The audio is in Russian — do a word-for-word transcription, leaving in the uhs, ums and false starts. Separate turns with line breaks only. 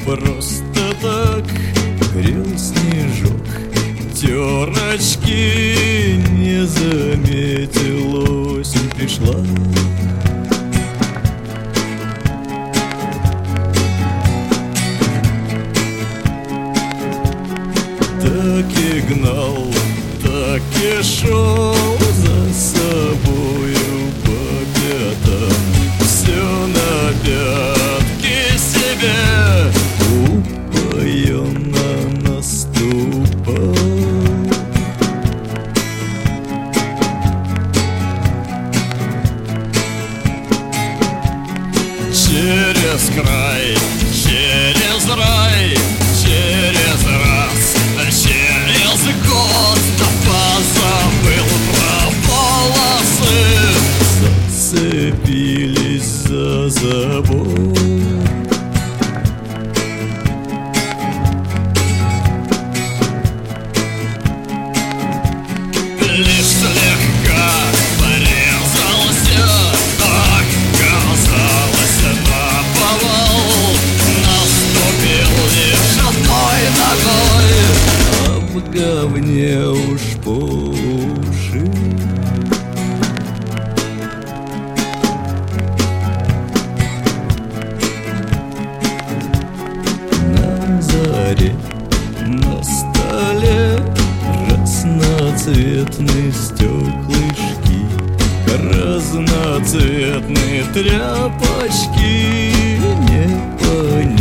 просто так грел снежок, терочки не заметил, осень пришла. Так и гнал, так и шел за собою по пятам, все на пятки себе упоенно наступал. Через край, через рай, через раз, через год позабыл про волосы, зацепились за забор. Лишь слегка порезался, оказалось на повал, наступил лишь одной ногой, а в говне уж по уши. На заре, на столе разноцветные стеклышки, разноцветные тряпочки, не понять.